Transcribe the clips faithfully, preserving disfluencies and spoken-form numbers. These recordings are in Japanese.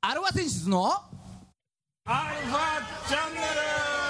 アルファ選出のアルファチャンネル。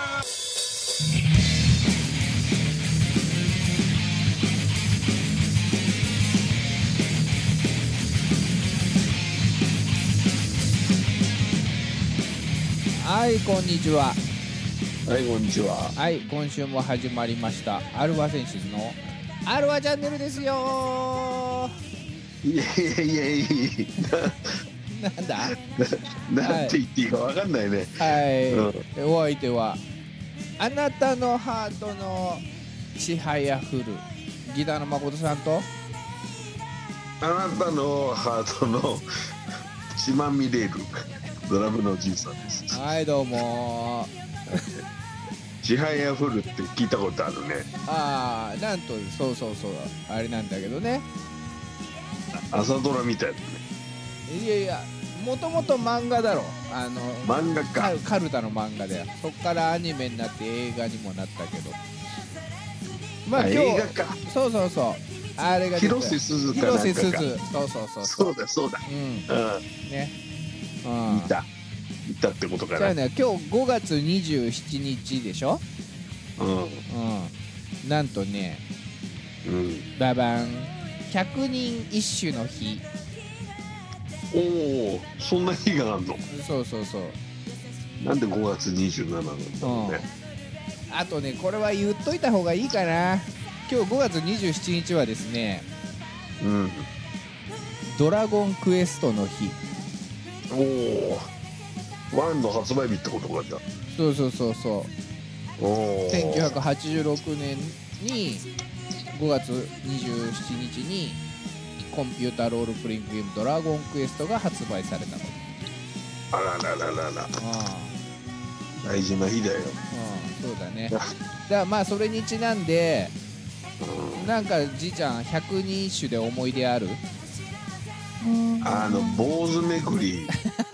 はい、こんにちは。 はい、こんにちは。 はい、今週も始まりましたアルファ選出のアルファチャンネルですよいやいやいやいやなんだな、なんて言っていいかわかんないね。 はい、 うん、 お相手はあなたのハートのちはやふるギターの誠さんと、 あなたのハートの血まみれるドラムのじいさんです。 はい、どうもちはやふるって聞いたことあるね。 ああ、なんとそうそうそうあれなんだけどね。 朝ドラみたいなね。 いやいや、もともと漫画だろ。あの漫画か。 カルタの漫画だよ。そっからアニメになって映画にもなったけど、まああ、 今日映画か。 そうそうそう、あれが出た広瀬すずかなんかか。 広瀬すず、そうそうそうそうだそうだ。 うん、 うん。 ね、うん、 見た見たってことかな。 じゃあね、今日ごがつにじゅうしちにちでしょ。 うん、 うん、なんとね、 うん、 ババンひゃくにん一首の日。 おお、そんな日があんの。 そうそうそう、 なんでごがつにじゅうしちなんだろうね。 あとね、これは言っといた方がいいかな。今日ごがつにじゅうしちにちはですね、 うん、 ドラゴンクエストの日。 おお、ワンの発売日ってことかじゃ。 そうそうそうそう、 おお、 せんきゅうひゃくはちじゅうろくねんにごがつにじゅうしちにちにコンピューターロールプレイングゲームドラゴンクエストが発売されたの。 あららららら、 ああ、 大事な日だよ。 うん、そうだね。だからまあそれにちなんで、なんかじいちゃんひゃくにん一首で思い出ある？ あの坊主めくり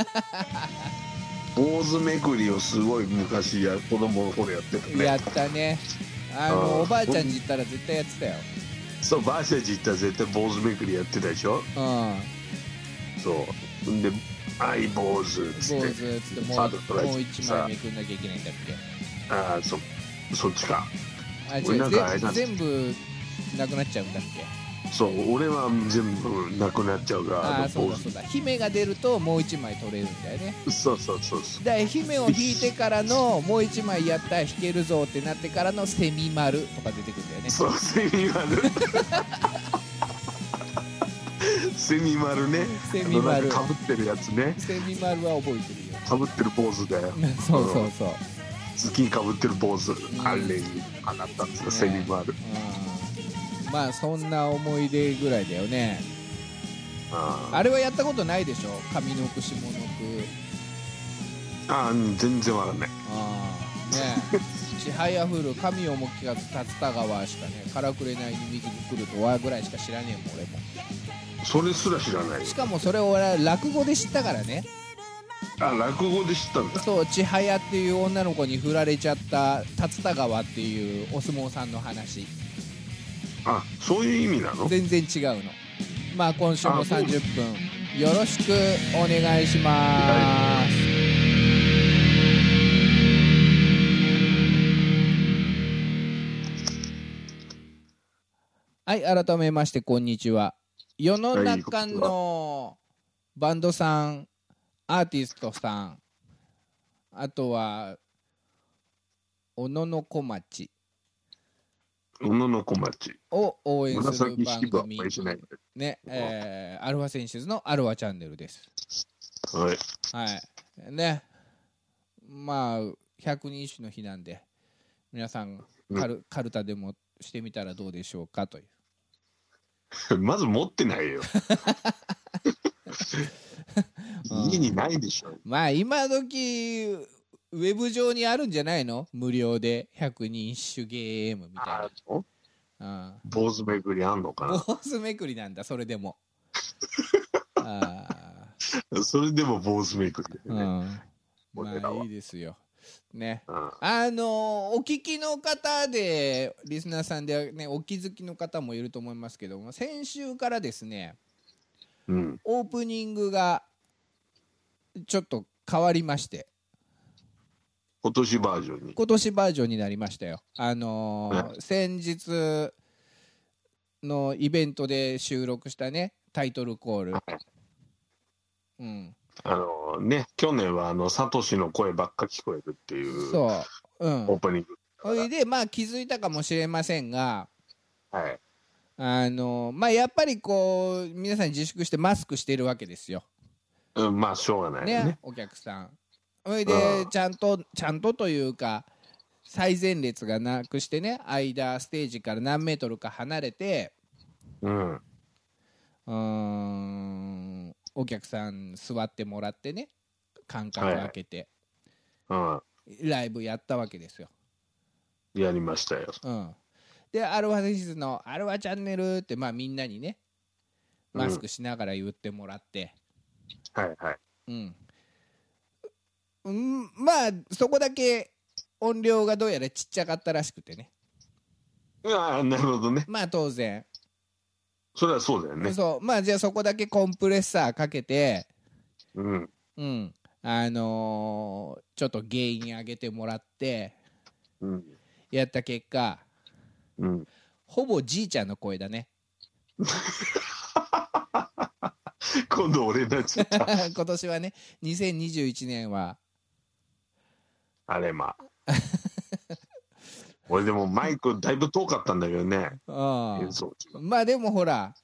坊主めくりをすごい昔や子供の頃やってたね。 やったね。あのあーおばあちゃんに行ったら絶対やってたよ。 そう、バーシャジ行ったら絶対坊主めくりやってたでしょ。 うん、 そうんで、アイ坊主っつ坊主ってっつってもカード取らうもうれてさ一枚めくんなきゃいけないんだっけ。 ああ、そそっちか。 あ、違俺なう、 んかあれなんだぜ全部なくなっちゃうんだっけ。 そう、俺は全部なくなっちゃうから、 ああ、 の坊主そうだそうだ、姫が出るともう一枚取れるんだよね。 そうそうそうそう。 だから姫を引いてからのもう一枚やったら引けるぞってなってからのセミ丸とか出てくるんだよね。 そう、セミ丸セミ丸ね。 セミ丸かぶってるやつね。 セミ丸は覚えてるよ。 かぶってる坊主だよ。 そうそうそう、 月にかぶってる坊主、 んあれに上がったんですよ、 ねセミ丸。 うん、まあそんな思い出ぐらいだよね。 あーあれはやったことないでしょ、上の句下の句。 あー、全然わかんない。 ああねえ、ちはやふる神をも聞かず竜田川しかね、からくれないに右に来るとはぐらいしか知らねえもん俺も。 それすら知らないよ。 しかもそれを俺は落語で知ったからね。 あ、落語で知ったんだ。 そう、千早っていう女の子に振られちゃった竜田川っていうお相撲さんの話。 あ、そういう意味なの。 全然違うの。まあ今週もさんじゅっぷんよろしくお願いします。はい、改めましてこんにちは。世の中のバンドさん、アーティストさん、あとは小野の小町小野の小町を応援する紫番式部は組応援しない。 ね、えー、アルファセンシズのアルファチャンネルです。 はい。 はいね、まあひゃくにん一首の日なんで皆さんカル、うん、カルタでもしてみたらどうでしょうかというまず持ってないよ家にないでしょ、うん、 まあ今時ウェブ上にあるんじゃないの、無料でひゃくにん一首ゲームみたいな。 あ、坊主めくりあんのかな。 坊主めくりなんだそれでもあそれでも坊主めくりだよね、 うん、まあいいですよね、 うん、 あのお聞きの方でリスナーさんで、ね、お気づきの方もいると思いますけども、先週からですね、 うん、 オープニングがちょっと変わりまして、 今年バージョンに今年バージョンになりましたよ。あのー、先日のイベントで収録したねタイトルコール、うん、 あのね去年はあのサトシの声ばっか聞こえるっていうそう、うん、 オープニング。 それでまあ気づいたかもしれませんが、 はい、 あのまあやっぱりこう皆さん自粛してマスクしてるわけですよ。 うん、まあしょうがないね、 ね、お客さん。それでちゃんとちゃんとというか最前列がなくしてね、間ステージから何メートルか離れて、 うん、 うーんお客さん座ってもらってね、間隔空けて、 はい、 うん、ライブやったわけですよ。 やりましたよ。 うん、でアルファ選手のアルファチャンネルって、まあみんなにねマスクしながら言ってもらって、 うん、はいはい、 うんうん、まあそこだけ音量がどうやらちっちゃかったらしくてね。 ああなるほどね。 まあ当然それはそうだよね。 そう、まあじゃあそこだけコンプレッサーかけて、 うんうん、あのー、ちょっと原因上げてもらって、 うん、 やった結果、 うん、 ほぼじいちゃんの声だね。 今度俺になっちゃった今年はねにせんにじゅういちねんはあれまあ俺でもマイクだいぶ遠かったんだけどね。 あまあでもほら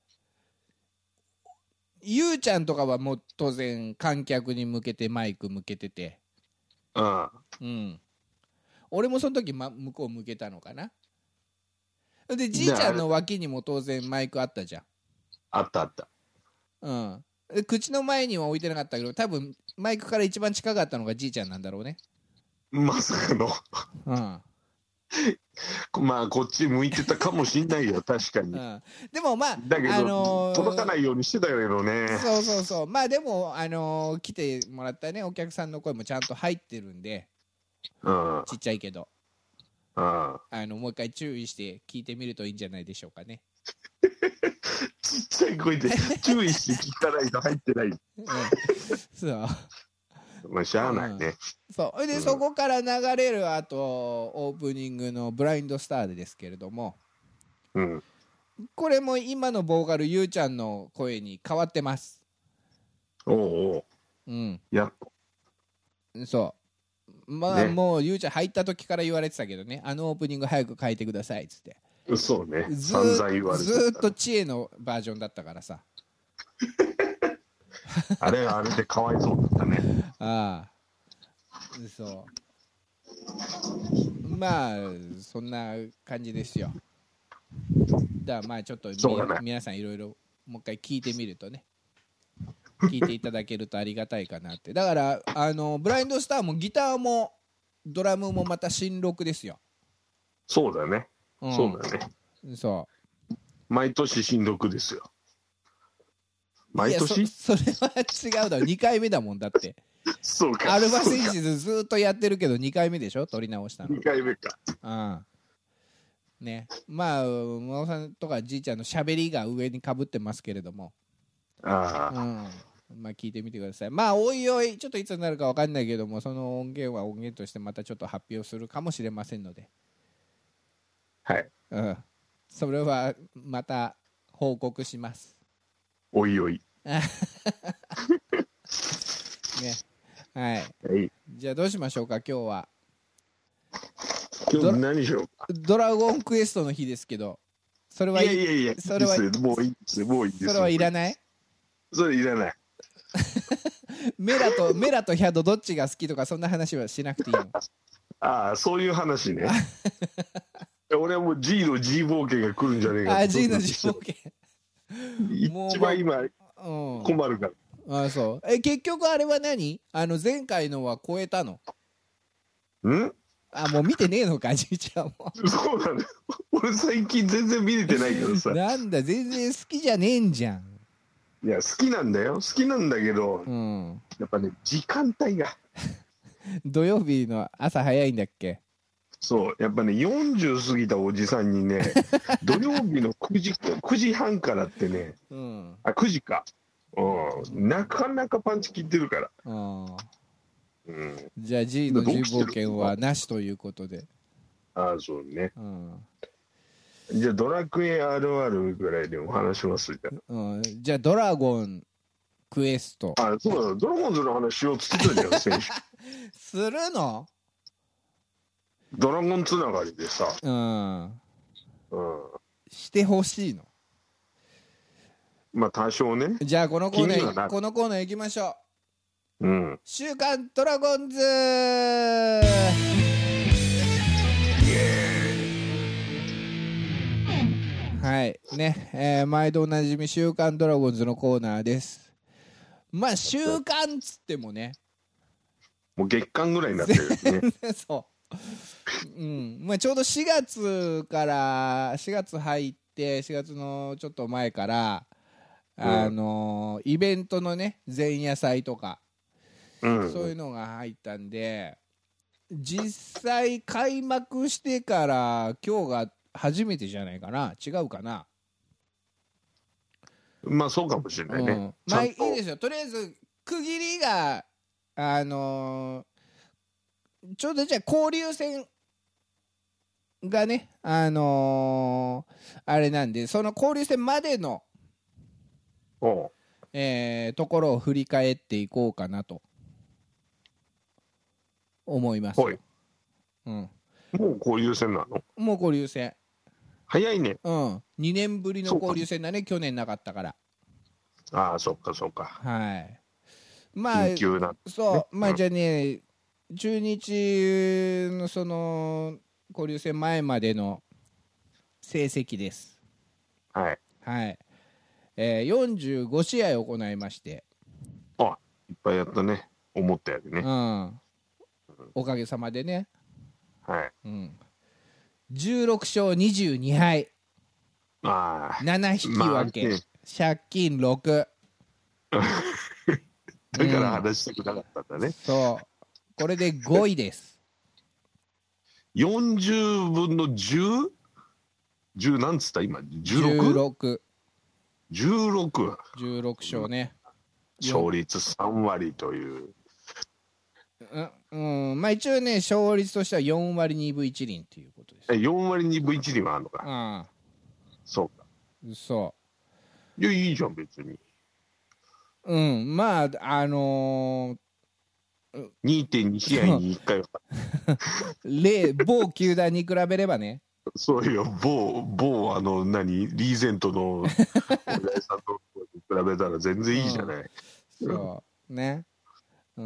ゆうちゃんとかはもう当然観客に向けてマイク向けてて、 うん、 うん、俺もその時、ま、向こう向けたのかな。でじいちゃんの脇にも当然マイクあったじゃん。 あったあった、 うん、口の前には置いてなかったけど多分マイクから一番近かったのがじいちゃんなんだろうね。 まさかの、 うん、 まあこっち向いてたかもしんないよ確かに、うん、 でもまあだけど、 あのー、 届かないようにしてたけどね。 そうそうそう、まあでも、あのー、来てもらったねお客さんの声もちゃんと入ってるんで、うん、ちっちゃいけど、うん、あのもう一回注意して聞いてみるといいんじゃないでしょうかね。 ちっちゃい声で注意して聞かないと入ってない、うん、 そうまあしゃあないね、うん、 そうで、うん、そこから流れるあとオープニングのブラインドスターですけれども、うん、これも今のボーカルゆうちゃんの声に変わってます。 おうおう、 うん、 やっとそうまあ、ね、もうゆうちゃん入った時から言われてたけどね、あのオープニング早く変えてくださいっつって。 そうね、 ずーずっと知恵のバージョンだったからさあれはあれでかわいそうだったね。ああそうまあそんな感じですよ。だからまあちょっと皆さんいろいろもう一回聞いてみるとね、聞いていただけるとありがたいかなって。だからあのブラインドスターもギターもドラムもまた新録ですよ。 そうだね、うん、そうだね、 そう毎年新録ですよ。毎年そ, それは違うだろにかいめだもんだってそうか、 アルファセンシズずっとやってるけどにかいめでしょ、撮り直したの。 にかいめか、 うんね、まあ真央さんとかじいちゃんのしゃべりが上にかぶってますけれども、 あ、 うん、まあ聞いてみてください。まあおいおいちょっといつになるか分かんないけども、その音源は音源としてまたちょっと発表するかもしれませんので、 はい、 うん、それはまた報告します。 おいおいね、はい、はい、じゃあどうしましょうか今日は。 今日何しようか。 ドラゴンクエストの日ですけど、それはいやいやいや、それはもういいですよ、もういいですよ。 それはいらない？ それいらない。 メラとメラとヒャドどっちが好きとかそんな話はしなくていいの？ ああ、そういう話ね。俺はもう G の G 冒険が来るんじゃねえか。 あ、G の G 冒険。 一番今、うん、困るから。 あ、そう。え、結局あれは何？あの前回のは超えたの？ ん？ あ、もう見てねえのか、じいちゃんも。 そうなのよ。俺最近全然見れてないけどさ。 なんだ、全然好きじゃねえんじゃん。 いや、好きなんだよ。好きなんだけど、うん、やっぱね、時間帯が。 土曜日の朝早いんだっけ？ そう、やっぱね、よんじゅう過ぎたおじさんにね、土曜日のくじ、くじはんからってね、うん、あ、くじか。 うん、なかなかパンチ効いてるから。 あ、 うん、 じゃあ G の人冒険はなしということで。 ああ、そうね。 うん、 じゃあドラクエ アールアール ぐらいでも話しますじゃうん、じゃあドラゴンクエスト。 あ。あ、そうだ、ドラゴンズの話しようっつってたじゃん、選手。 するの？ ドラゴンつながりでさ。 うん。 うん。 してほしいの。 まあ多少ね。 じゃあこのコーナー、このコーナー行きましょう。うん。 週刊ドラゴンズ。はいね、えー、毎度おなじみ週刊ドラゴンズのコーナーです。まあ週刊つってもね、 もう月間ぐらいになってるね。 そう、うん、まあちょうどしがつからしがつ入ってしがつのちょっと前から、うん、あのー、イベントのね前夜祭とか、うん、そういうのが入ったんで、実際開幕してから今日が初めてじゃないかな。違うかな。 まあそうかもしれないね、うん、 まあいいですよ。とりあえず区切りがあのー、ちょうどじゃあ交流戦がね、あのー、あれなんで、その交流戦までの、えー、ところを振り返っていこうかなと思いますよ。うん、 もう交流戦なの？ もう交流戦。 早いね。 うん。にねんぶりの交流戦だね。去年なかったから。 ああ、そっかそっか。 はい。まあ、 緊急な、 そう、まあじゃあね、うん、中日のその交流戦前までの成績です。 はい。 はい。えー、よんじゅうごしあい行いまして。 あ、いっぱいやったね。思ったよりね。 うん。おかげさまでね。 はい。 うん。じゅうろくしょうにじゅうにはい。 ああ。 ななひき分け。まあね、借金ろく。 だから話したくなかったんだね。 うん、そう。これでごいです。 よんじゅうぶんの じゅう?じゅう なんつった今 じゅうろく?じゅうろく。じゅうろく。 じゅうろくしょうね。 勝率さんわりという。 うん、うん、まあ一応ね勝率としてはよんわりにぶいちりんということです。 え、よんわりにぶいちりんはあるのか。 ああ、 そうか。 そう。 いや、いいじゃん別に。 うん、まああのー、にてんに 試合にいっかいは某球団に比べればね。 そうよ、某某あの何リーゼントのお偉いさんと比べたら全然いいじゃない。 うん、そうね。うん。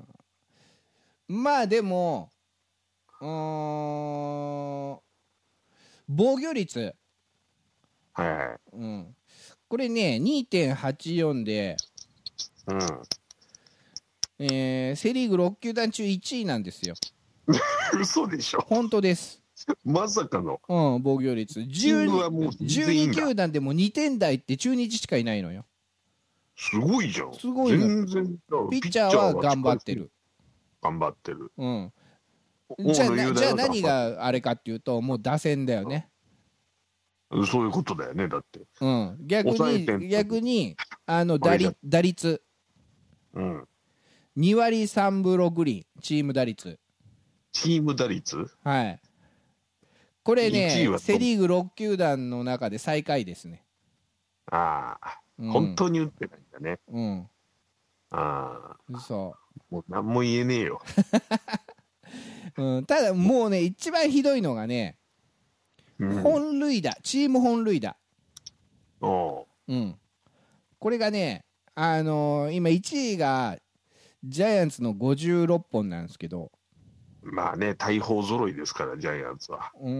まあでも、うーん、防御率、 はい、 うん、これね にてんはちよん で、 うん、 えー、セ・リーグろっきゅうだん中いちいなんですよ。 嘘でしょ。 本当です。 まさかの、 うん、防御率じゅうにきゅうだんでもにてん台って中日しかいないのよ。 すごいじゃん。 すごいの。 全然ピッチャーは頑張ってる。 頑張ってる。 うん。じゃあ、じゃあ何があれかっていうと、もう打線だよね。 そういうことだよね、だって。 うん。逆に、逆に、あの打率、打率。 うん。 にわりさんぶろくりん、チーム打率。 チーム打率？ はい。これね、セ・リーグろっきゅうだんの中で最下位ですね。 ああ、うん、本当に打ってないんだね。 うん。 ああ。そう。 もう何も言えねえよ。 うん、ただもうね、一番ひどいのがね、うん、本塁打、チーム本塁打。 おうん。これがね、あのー、今いちいがジャイアンツのごじゅうろっぽんなんですけど。 まあね、大砲揃いですから、ジャイアンツは。 うん、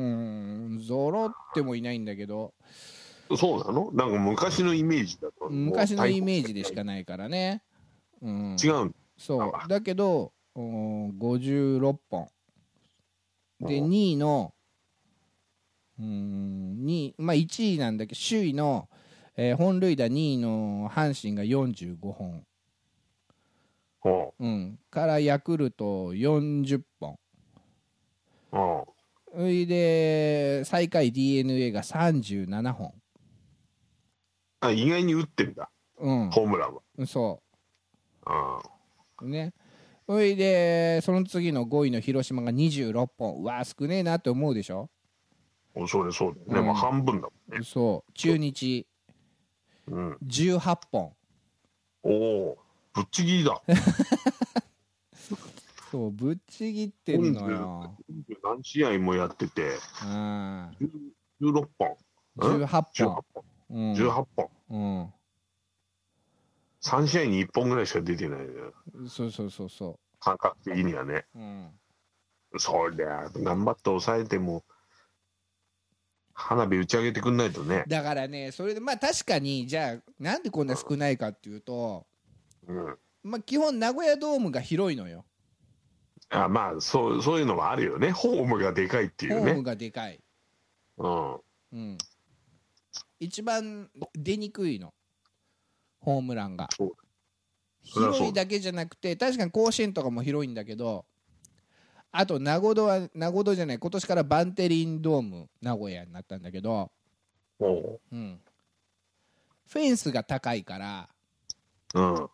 揃ってもいないんだけど。 そうなの？なんか昔のイメージだと。 昔のイメージでしかないからね。うん、 違う。 そう。だけど、ごじゅうろっぽん。で、にいの、うーん、にい、まあいちいなんだけど、首位の、えー、本塁打にいの阪神がよんじゅうごほん。 ほう。うん。からヤクルトよんじゅっぽん。 ほう。それで、最下位 ディーエヌエー がさんじゅうななほん。 あ、意外に打ってんだ。 うん、 ホームランは。 そあうね。それでその次のごいの広島がにじゅうろっぽん。うわ少ねえなって思うでしょ。 そうだそうだね、うん、もう半分だもんね。 そう中日、うん、じゅうはっぽん。 おおぶっちぎりだ。 そうぶっちぎってるのよ。 何試合もやってて、うん、じゅうろっぽん、 じゅうはっぽん、じゅうはっぽん、 うん、 さん試合にいっぽんぐらいしか出てないね。 そうそうそうそう。 感覚的にはね。うん、そりゃ頑張って抑えても花火打ち上げてくんないとね。 だからね、それでまあ確かにじゃあなんでこんな少ないかっていうと、うん、まあ基本名古屋ドームが広いのよ。 あまあそうそういうのもあるよね。ホームがでかいっていうね。 ホームがでかい。うん。うん。一番出にくいの。ホームランが。広いだけじゃなくて、確かに甲子園とかも広いんだけど、あと名護は名護じゃない、今年からバンテリンドーム名古屋になったんだけど、おう、うん、フェンスが高いから、うんうん、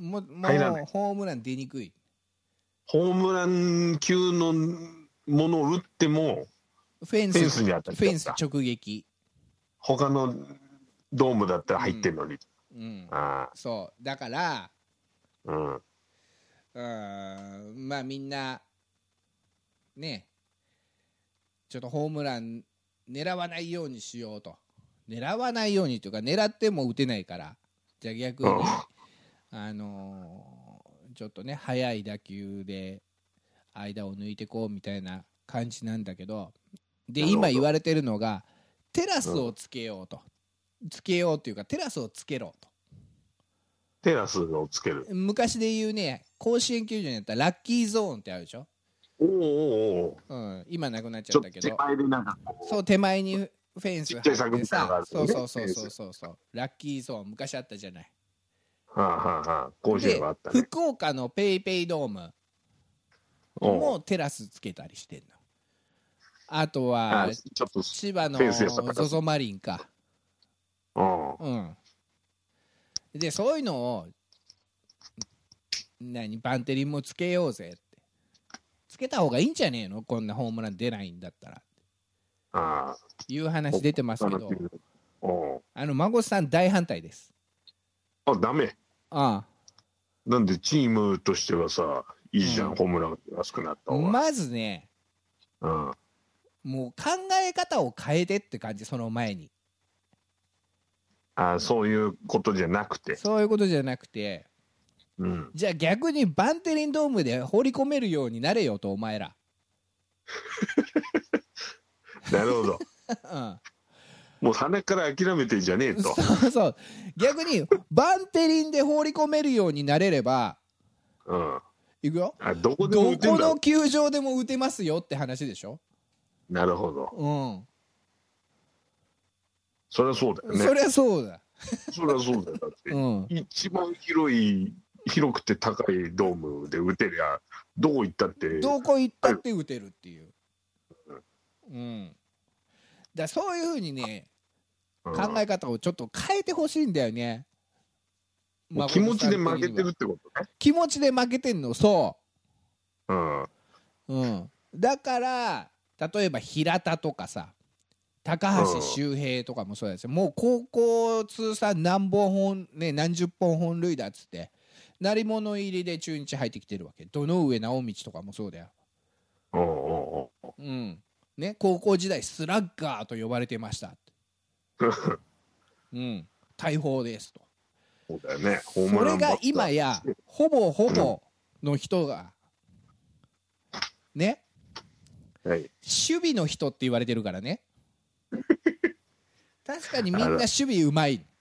も, もうホームラン出にくい。 ホームラン級のものを打ってもフェンス、フェンスに当たっちゃった。フェンス直撃。 他のドームだったら入ってんのに、 うんうん、あそうだから、うん、うんまあみんなね、ちょっとホームラン狙わないようにしようと。狙わないようにというか、狙っても打てないから、じゃあ逆に、うん、あのー、ちょっとね速い打球で間を抜いてこうみたいな感じなんだけど、で今言われてるのがテラスをつけようと、うん、つけようというかテラスをつけろと。 テラスをつける。 昔で言うね、甲子園球場にやったらラッキーゾーンってあるでしょ。おお、うん、今なくなっちゃったけど、手前でなんかそう手前にフェンス張ってさ、そうそうそうそうそうそうラッキーゾーン昔あったじゃない。 はあはあはあ、甲子園はあったね。 福岡のペイペイドームもテラスつけたりしてんの。あとは千葉の ゾゾ マリンか。うん。でそういうのを何バンテリンもつけようぜって。つけた方がいいんじゃねえの、こんなホームラン出ないんだったらあいう話出てますけど、あの孫さん大反対です。 あダメ。ああなんでチームとしてはさいいじゃん、うん、ホームラン安くなった方が。 まずね、うん、もう考え方を変えてって感じ。その前にあそういうことじゃなくてそういうことじゃなくてうん、じゃあ逆にバンテリンドームで放り込めるようになれよとお前ら。 なるほど、うん、もう鼻から諦めてんじゃねえと。 そうそう逆にバンテリンで放り込めるようになれれば、うん、いくよ、 あどこでも打てんだ。 どこの球場でも打てますよって話でしょ。 なるほど、うん、そりゃそうだよね。 そりゃそうだそりゃそうだよ。だって、うん、一番広い広くて高いドームで打てりゃどこ行ったってどこ行ったって打てるっていう、うん、だそういうふうにね、うん、考え方をちょっと変えてほしいんだよね。 まあ、気持ちで負けてるってことね。 気持ちで負けてんの。そう、うんうん、だから例えば平田とかさ高橋周平とかもそうですよ。もう高校通算何本本、ね、何十本本塁打っつって鳴り物入りで中日入ってきてるわけ。堂上直道とかもそうだよ。おうおうおう、うんね、高校時代スラッガーと呼ばれてましたってうん、大砲ですと。 そうだよね。 それが今やほぼほぼの人がね、はい、守備の人って言われてるからね確かにみんな守備うまい。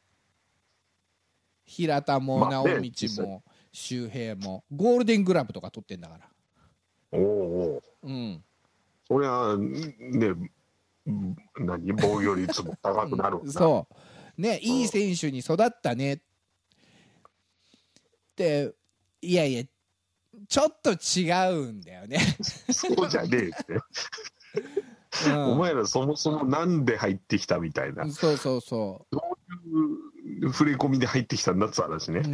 平田も直道も周平もゴールデングラブとか取ってんだから。おお、うん、 そりゃね何防御率も高くなるんだ、うん、 そうね、いい選手に育ったねっていやいやちょっと違うんだよねそうじゃねえってうん、お前らそもそもなんで入ってきたみたいな。 そうそうそう。 どういう触れ込みで入ってきたんだっつう話ね。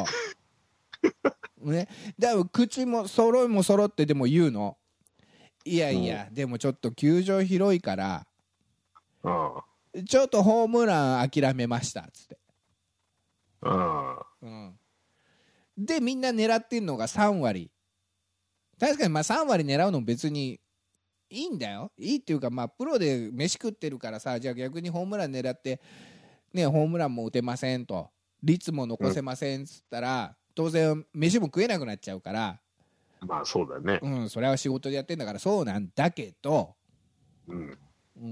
そうね、だから口も揃いも揃ってでも言うの、いやいや、うん、でもちょっと球場広いから、 ああちょっとホームラン諦めましたっつって、 ああ、 うん、でみんな狙ってんのがさん割。確かにまあさん割狙うのも別にいいんだよ、いいっていうか、まあプロで飯食ってるからさ、じゃあ逆にホームラン狙ってね、ホームランも打てませんと、率も残せませんっつったら、うん、当然飯も食えなくなっちゃうから、 まあそうだね、 うん、それは仕事でやってんだからそうなんだけど、 うんうん、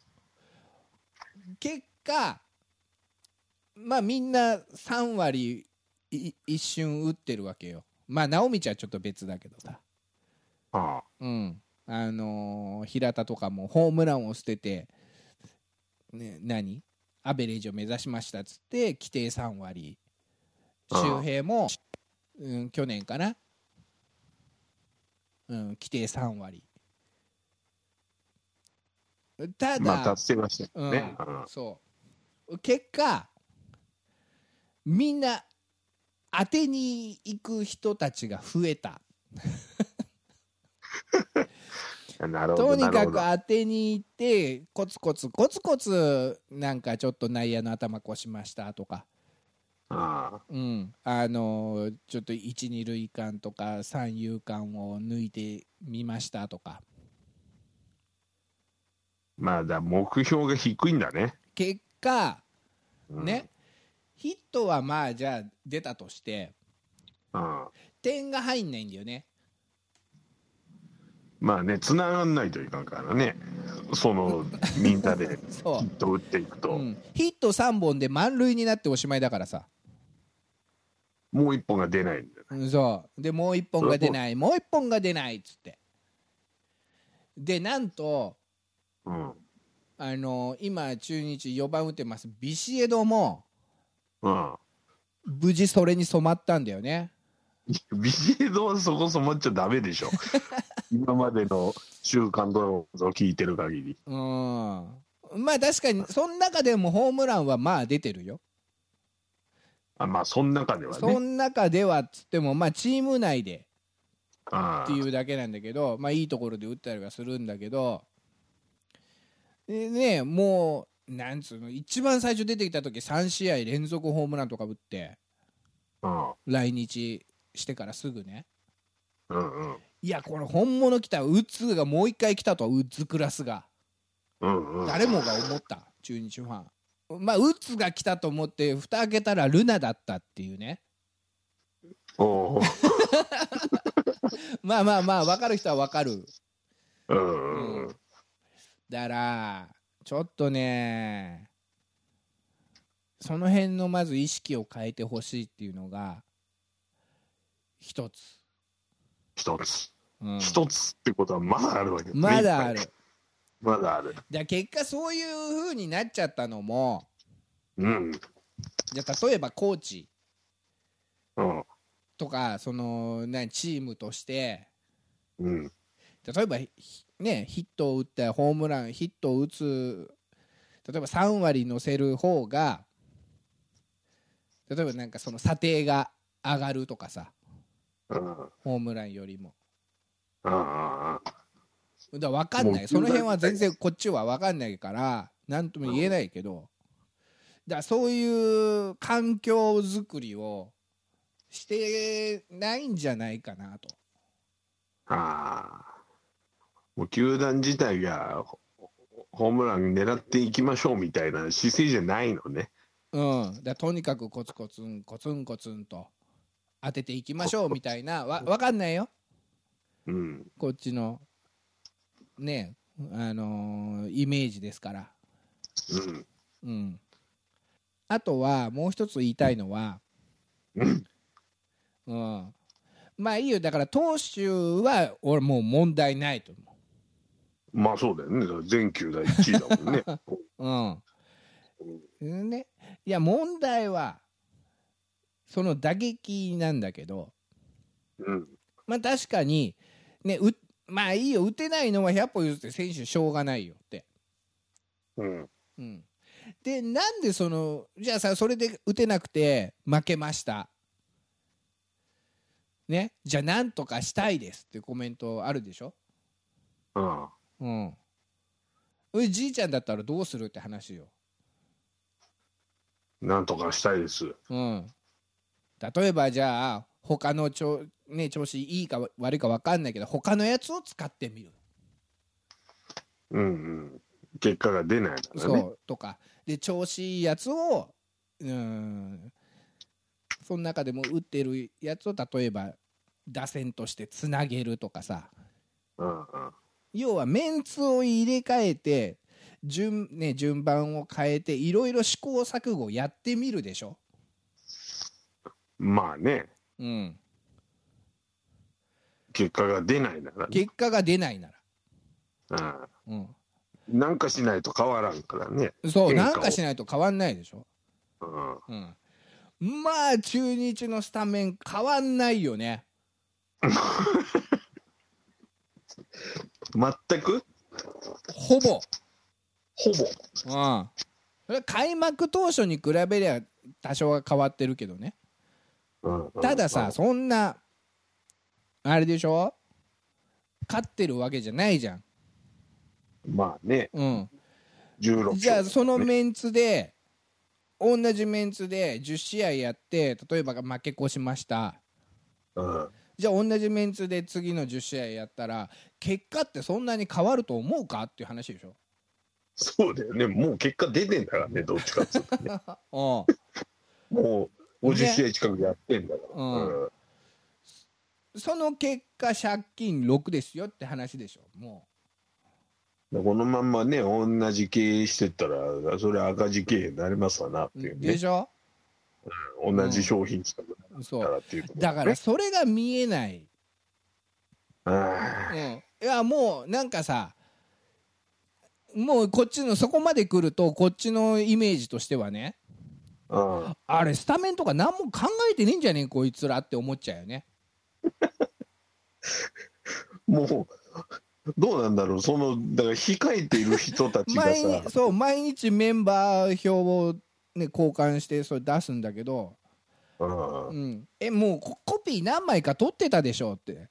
結果まあみんなさん割一瞬打ってるわけよ。まあ直道はちょっと別だけどさ、 ああ、 うん、あのー、平田とかもホームランを捨てて、ね、何アベレージを目指しましたっつって規定さん割、周平も、うん、去年かな、うん、規定さん割、ただまあ達成はしてるね、 うん、そう結果みんな当てに行く人たちが増えたなるほど、 とにかく当てに行ってコツコツコツコツなんかちょっと内野の頭越しましたとか、 ああ、 うん、あのちょっといち、に塁間とか三遊間を抜いてみましたとか、 まあだ目標が低いんだね。 結果、 うん、 ね、ヒットはまあじゃあ出たとして、 うん、 点が入んないんだよね。 まあね、繋がんないといかんからね、そのみんなでヒット打っていくと、うん、 ヒットさんぼんで満塁になっておしまいだからさ、 もういっぽんが出ないんだよ、 うん、そうでもういっぽんが出ないもういっぽんが出ないっつって、でなんと、 うん、 あの今中日よばん打ってますビシエドも、 うん、 無事それに染まったんだよね。 ビシエドはそこ染まっちゃダメでしょ今までの週刊ドラマを聞いてる限り、 うん、まあ確かにその中でもホームランはまあ出てるよ。 あ、まあその中ではね、 その中ではっつってもまあチーム内でっていうだけなんだけど、まあいいところで打ったりはするんだけど、でね、もうなんつうの、一番最初出てきた時さん試合連続ホームランとか打って、 うん、 来日してからすぐね、 うんうん、 いやこれ本物来た、ウッズがもう一回来たと、ウッズクラスが、 うんうん、 誰もが思った、中日ファン。まあウッズが来たと思って蓋開けたらルナだったっていうね。 おまあまあまあ分かる人は分かる、 うんうん、 だからちょっとね、その辺のまず意識を変えてほしいっていうのが一つ一つ、 うん、 一つってことはまだあるわけ、 まだあるまだある。 だ結果そういう風になっちゃったのも、 うん、 じゃ例えばコーチ、 うん、 とかそのなチームとして、 うん、 例えばねヒットを打ってホームランヒットを打つ、例えばさん割乗せる方が、例えばなんかその査定が上がるとかさ、うん、ホームランよりも、 ああ、 だから分かんない、その辺は全然こっちは分かんないから何とも言えないけど、だからそういう環境づくりをしてないんじゃないかなと。 ああ、もう球団自体がホームラン狙っていきましょうみたいな姿勢じゃないのね。 うん、だとにかくコツコツンコツンコツンと当てていきましょうみたいな、わ分かんないよ、 うん、 こっちのね、あのー、イメージですから、 うんうん、あとはもう一つ言いたいのは、 うんうん、まあいいよ、だから投手は俺もう問題ないと思う。まあそうだよね、全球団いちいだもんねうん、ね、いや問題はその打撃なんだけど、 うん、 まあ確かにね、うまあいいよ、打てないのはひゃっぽ譲って選手しょうがないよって、 うんうん、 でなんでそのじゃあさそれで打てなくて負けましたね、じゃあなんとかしたいですってコメントあるでしょ。 うんうん。じいちゃんだったらどうするって話よ。 なんとかしたいです。 うん。例えばじゃあ他のちょ、ね、調子いいか悪いか分かんないけど他のやつを使ってみる。 うんうん。結果が出ないからね。 そうとかで調子いいやつをうんその中でも打ってるやつを例えば打線としてつなげるとかさ、 うんうん、 要はメンツを入れ替えて 順,、ね、順番を変えていろいろ試行錯誤やってみるでしょ。 まあね、 うん、 結果が出ないなら、ね、 結果が出ないなら、 うん、 なんかしないと変わらんからね。 そうなんかしないと変わんないでしょ、 うんうん、まあ中日のスタメン変わんないよね全くほぼほぼ、 うん、それ開幕当初に比べりゃ多少は変わってるけどね、 うんうん、 たださ、うん、そんなあれでしょ勝ってるわけじゃないじゃん。 まあね、 うん、 じゅうろくじゃあそのメンツで同じメンツでじゅっしあいやって例えば負け越しました、 うん、 じゃあ同じメンツで次のじゅっしあいやったら結果ってそんなに変わると思うかっていう話でしょ。 そうだよね、もう結果出てんだからね、どっちかっていうと、ね、もうごじゅっしあい近くやってんだから、ねうんうん、 その結果借金ろくですよって話でしょ。もうこのまんまね同じ経営してったらそれ赤字経営になりますわなっていう、ね、 でしょ、 うん、同じ商品しかなったらっていう、ね、 そうだからそれが見えない、 うん、 いやもうなんかさもうこっちのそこまで来るとこっちのイメージとしてはね、うん、あれスタメンとか何も考えてねえんじゃねえこいつらって思っちゃうよねもうどうなんだろう、そのだから控えている人たちがさ毎日そう毎日メンバー表を、ね、交換してそれ出すんだけど、うんうん、えもうコピー何枚か取ってたでしょって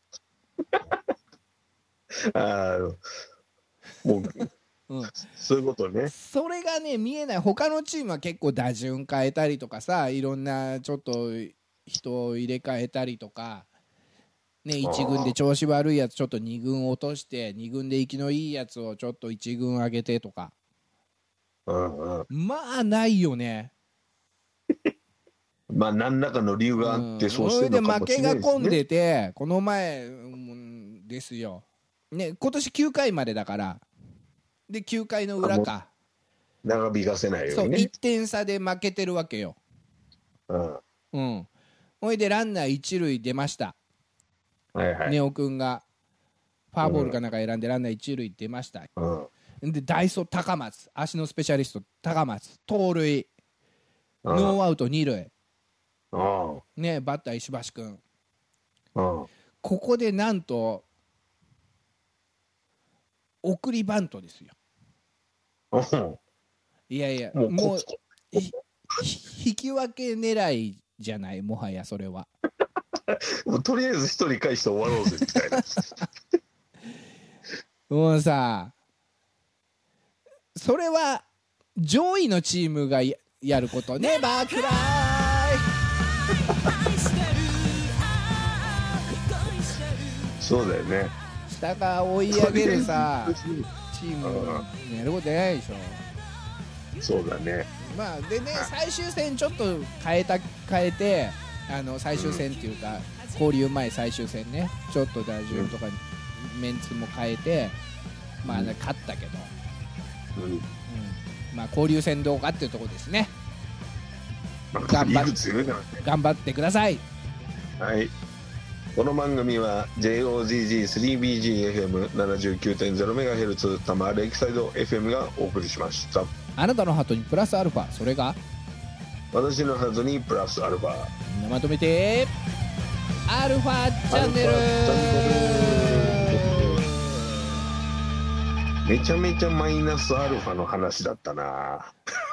あもううん、そういうことね。 それがね見えない。他のチームは結構打順変えたりとかさいろんなちょっと人を入れ替えたりとか、ね、いち軍で調子悪いやつちょっとに軍落としてに軍で生きのいいやつをちょっといち軍上げてとか、 うんうん、 まあないよねまあ何らかの理由があって、うん、そうしてるのかもしれないですね。 それで負けが込んでてこの前、うん、ですよ、ね、今年きゅうかいまでだからできゅうかいの裏か長引かせないようにね。 そういってん差で負けてるわけよ。うんうんほいでランナー一塁出ました、はいはい、ネオくんがファーボールかなんか選んでランナー一塁出ました、うん、でダイソー高松足のスペシャリスト高松盗塁ノーアウト二塁ねバッター石橋くんここでなんと送りバントですよ。いやいやもう、もう引き分け狙いじゃないもはやそれはもうとりあえず一人返して終わろうぜみたいなもうさそれは上位のチームが や, やることねバークライそうだよね。 下が追い上げるさチームやることないでしょ。 そうだね。 まあでね最終戦ちょっと変えた変えてあの最終戦っていうか、うん、交流前最終戦ねちょっと打順とか、うん、メンツも変えてまあ、ね、勝ったけど、うんうん、まあ交流戦どうかっていうところですね。頑張っ、頑張ってください。 はい。この番組は ジェイオージージースリービージーエフエムななじゅうきゅうてんゼロメガヘルツ 多摩レイクサイド エフエム がお送りしました。 あなたのハートにプラスアルファ、それが私のハートにプラスアルファ。 みんなまとめてアルファチャンネル。 めちゃめちゃマイナスアルファの話だったな